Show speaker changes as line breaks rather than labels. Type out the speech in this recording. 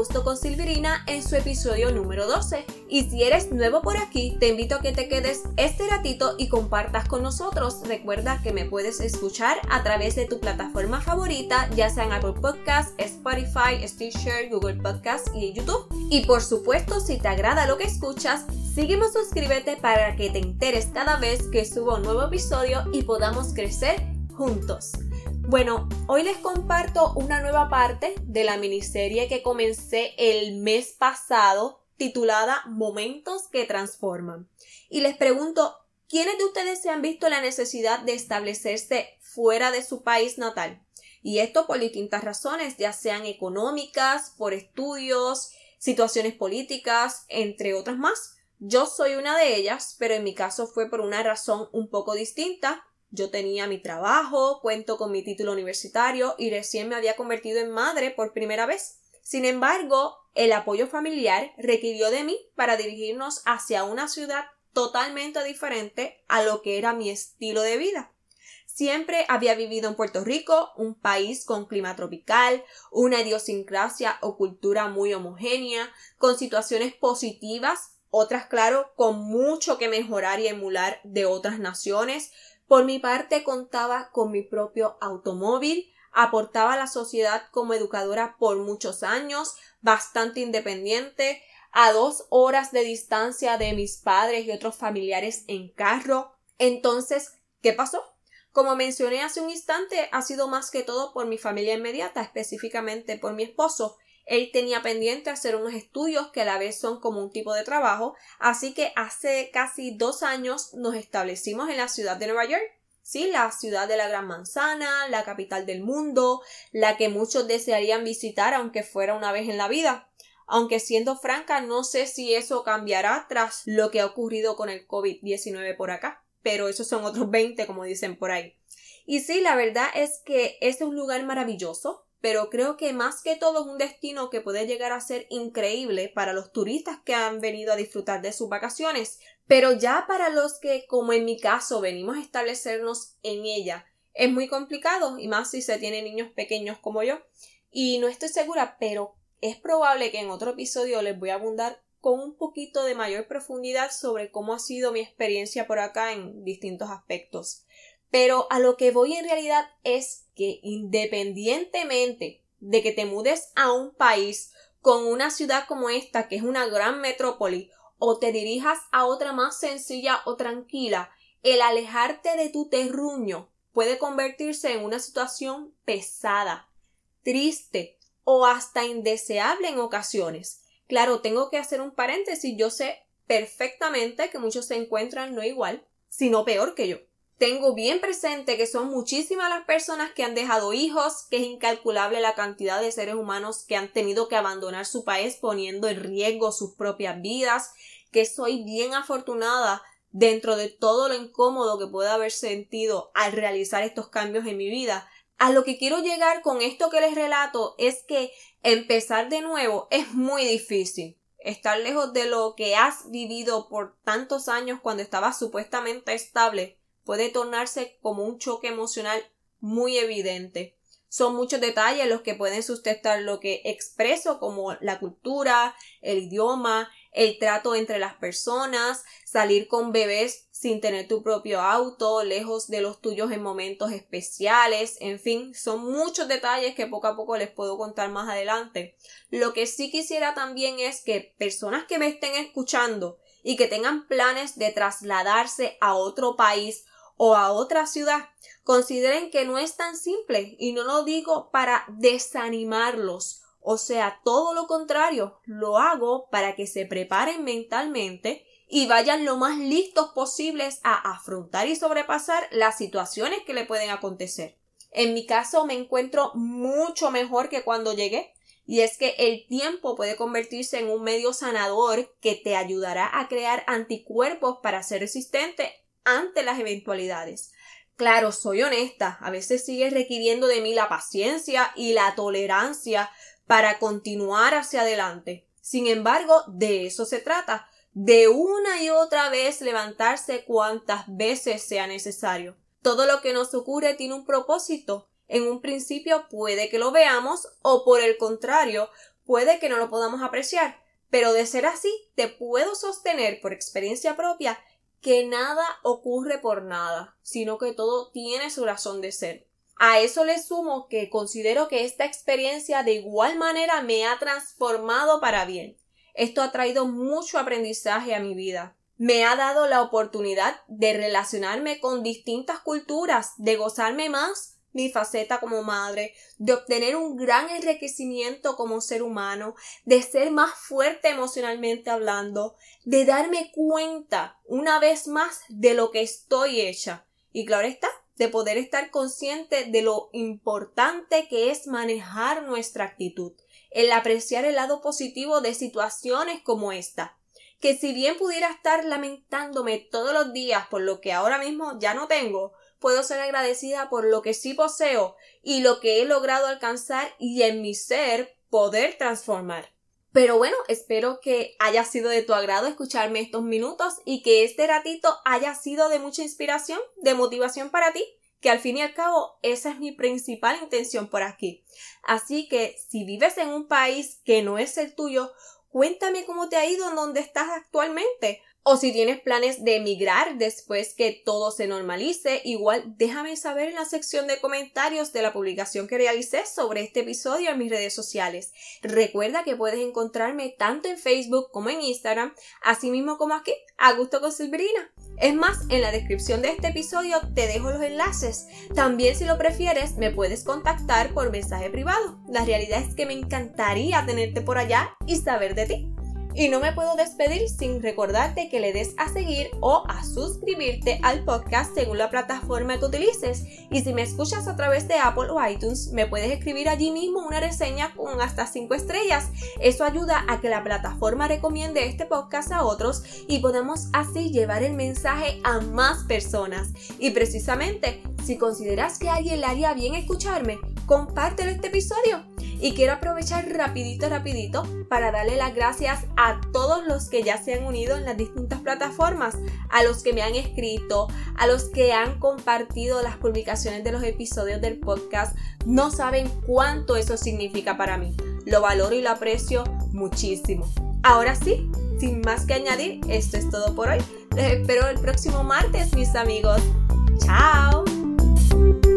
Gusto con Silvirina en su episodio número 12. Y si eres nuevo por aquí, te invito a que te quedes este ratito y compartas con nosotros. Recuerda que me puedes escuchar a través de tu plataforma favorita, ya sea en Apple Podcasts, Spotify, Stitcher, Google Podcasts y YouTube. Y por supuesto, si te agrada lo que escuchas, sígueme o suscríbete para que te enteres cada vez que subo un nuevo episodio y podamos crecer juntos. Bueno, hoy les comparto una nueva parte de la miniserie que comencé el mes pasado titulada Momentos que Transforman. Y les pregunto, ¿quiénes de ustedes se han visto la necesidad de establecerse fuera de su país natal? Y esto por distintas razones, ya sean económicas, por estudios, situaciones políticas, entre otras más. Yo soy una de ellas, pero en mi caso fue por una razón un poco distinta. Yo tenía mi trabajo, cuento con mi título universitario y recién me había convertido en madre por primera vez. Sin embargo, el apoyo familiar requirió de mí para dirigirnos hacia una ciudad totalmente diferente a lo que era mi estilo de vida. Siempre había vivido en Puerto Rico, un país con clima tropical, una idiosincrasia o cultura muy homogénea, con situaciones positivas, otras, claro, con mucho que mejorar y emular de otras naciones. Por mi parte, contaba con mi propio automóvil, aportaba a la sociedad como educadora por muchos años, bastante independiente, a 2 horas de distancia de mis padres y otros familiares en carro. Entonces, ¿qué pasó? Como mencioné hace un instante, ha sido más que todo por mi familia inmediata, específicamente por mi esposo. Él tenía pendiente hacer unos estudios que a la vez son como un tipo de trabajo, así que hace casi 2 años nos establecimos en la ciudad de Nueva York. Sí, la ciudad de la Gran Manzana, la capital del mundo, la que muchos desearían visitar aunque fuera una vez en la vida. Aunque siendo franca, no sé si eso cambiará tras lo que ha ocurrido con el COVID-19 por acá, pero esos son otros 20 como dicen por ahí. Y sí, la verdad es que es un lugar maravilloso, pero creo que más que todo es un destino que puede llegar a ser increíble para los turistas que han venido a disfrutar de sus vacaciones, pero ya para los que, como en mi caso, venimos a establecernos en ella, es muy complicado, y más si se tiene niños pequeños como yo. Y no estoy segura, pero es probable que en otro episodio les voy a abundar con un poquito de mayor profundidad sobre cómo ha sido mi experiencia por acá en distintos aspectos. Pero a lo que voy en realidad es que independientemente de que te mudes a un país con una ciudad como esta, que es una gran metrópoli, o te dirijas a otra más sencilla o tranquila, el alejarte de tu terruño puede convertirse en una situación pesada, triste o hasta indeseable en ocasiones. Claro, tengo que hacer un paréntesis, yo sé perfectamente que muchos se encuentran no igual, sino peor que yo. Tengo bien presente que son muchísimas las personas que han dejado hijos, que es incalculable la cantidad de seres humanos que han tenido que abandonar su país poniendo en riesgo sus propias vidas, que soy bien afortunada dentro de todo lo incómodo que pueda haber sentido al realizar estos cambios en mi vida. A lo que quiero llegar con esto que les relato es que empezar de nuevo es muy difícil. Estar lejos de lo que has vivido por tantos años cuando estabas supuestamente estable puede tornarse como un choque emocional muy evidente. Son muchos detalles los que pueden sustentar lo que expreso, como la cultura, el idioma, el trato entre las personas, salir con bebés sin tener tu propio auto, lejos de los tuyos en momentos especiales, en fin, son muchos detalles que poco a poco les puedo contar más adelante. Lo que sí quisiera también es que personas que me estén escuchando y que tengan planes de trasladarse a otro país o a otra ciudad, consideren que no es tan simple, y no lo digo para desanimarlos, o sea, todo lo contrario, lo hago para que se preparen mentalmente y vayan lo más listos posibles a afrontar y sobrepasar las situaciones que le pueden acontecer. En mi caso me encuentro mucho mejor que cuando llegué, y es que el tiempo puede convertirse en un medio sanador que te ayudará a crear anticuerpos para ser resistente ante las eventualidades. Claro, soy honesta, a veces sigue requiriendo de mí la paciencia y la tolerancia para continuar hacia adelante. Sin embargo, de eso se trata, de una y otra vez levantarse cuantas veces sea necesario. Todo lo que nos ocurre tiene un propósito. En un principio puede que lo veamos o por el contrario, puede que no lo podamos apreciar, pero de ser así, te puedo sostener por experiencia propia que nada ocurre por nada, sino que todo tiene su razón de ser. A eso le sumo que considero que esta experiencia de igual manera me ha transformado para bien. Esto ha traído mucho aprendizaje a mi vida. Me ha dado la oportunidad de relacionarme con distintas culturas, de gozarme más mi faceta como madre, de obtener un gran enriquecimiento como ser humano, de ser más fuerte emocionalmente hablando, de darme cuenta una vez más de lo que estoy hecha. Y claro está, de poder estar consciente de lo importante que es manejar nuestra actitud, el apreciar el lado positivo de situaciones como esta. Que si bien pudiera estar lamentándome todos los días por lo que ahora mismo ya no tengo, puedo ser agradecida por lo que sí poseo y lo que he logrado alcanzar y en mi ser poder transformar. Pero bueno, espero que haya sido de tu agrado escucharme estos minutos y que este ratito haya sido de mucha inspiración, de motivación para ti, que al fin y al cabo esa es mi principal intención por aquí. Así que si vives en un país que no es el tuyo, cuéntame cómo te ha ido en donde estás actualmente. O si tienes planes de emigrar después que todo se normalice, igual déjame saber en la sección de comentarios de la publicación que realicé sobre este episodio en mis redes sociales. Recuerda que puedes encontrarme tanto en Facebook como en Instagram, así mismo como aquí, A Gusto con Silverina. Es más, en la descripción de este episodio te dejo los enlaces. También, si lo prefieres, me puedes contactar por mensaje privado. La realidad es que me encantaría tenerte por allá y saber de ti. Y no me puedo despedir sin recordarte que le des a seguir o a suscribirte al podcast según la plataforma que utilices. Y si me escuchas a través de Apple o iTunes, me puedes escribir allí mismo una reseña con hasta 5 estrellas. Eso ayuda a que la plataforma recomiende este podcast a otros y podamos así llevar el mensaje a más personas. Y precisamente, si consideras que a alguien le haría bien escucharme, compártelo este episodio. Y quiero aprovechar rapidito para darle las gracias a todos los que ya se han unido en las distintas plataformas, a los que me han escrito, a los que han compartido las publicaciones de los episodios del podcast. No saben cuánto eso significa para mí. Lo valoro y lo aprecio muchísimo. Ahora sí, sin más que añadir, esto es todo por hoy. Les espero el próximo martes, mis amigos. ¡Chao!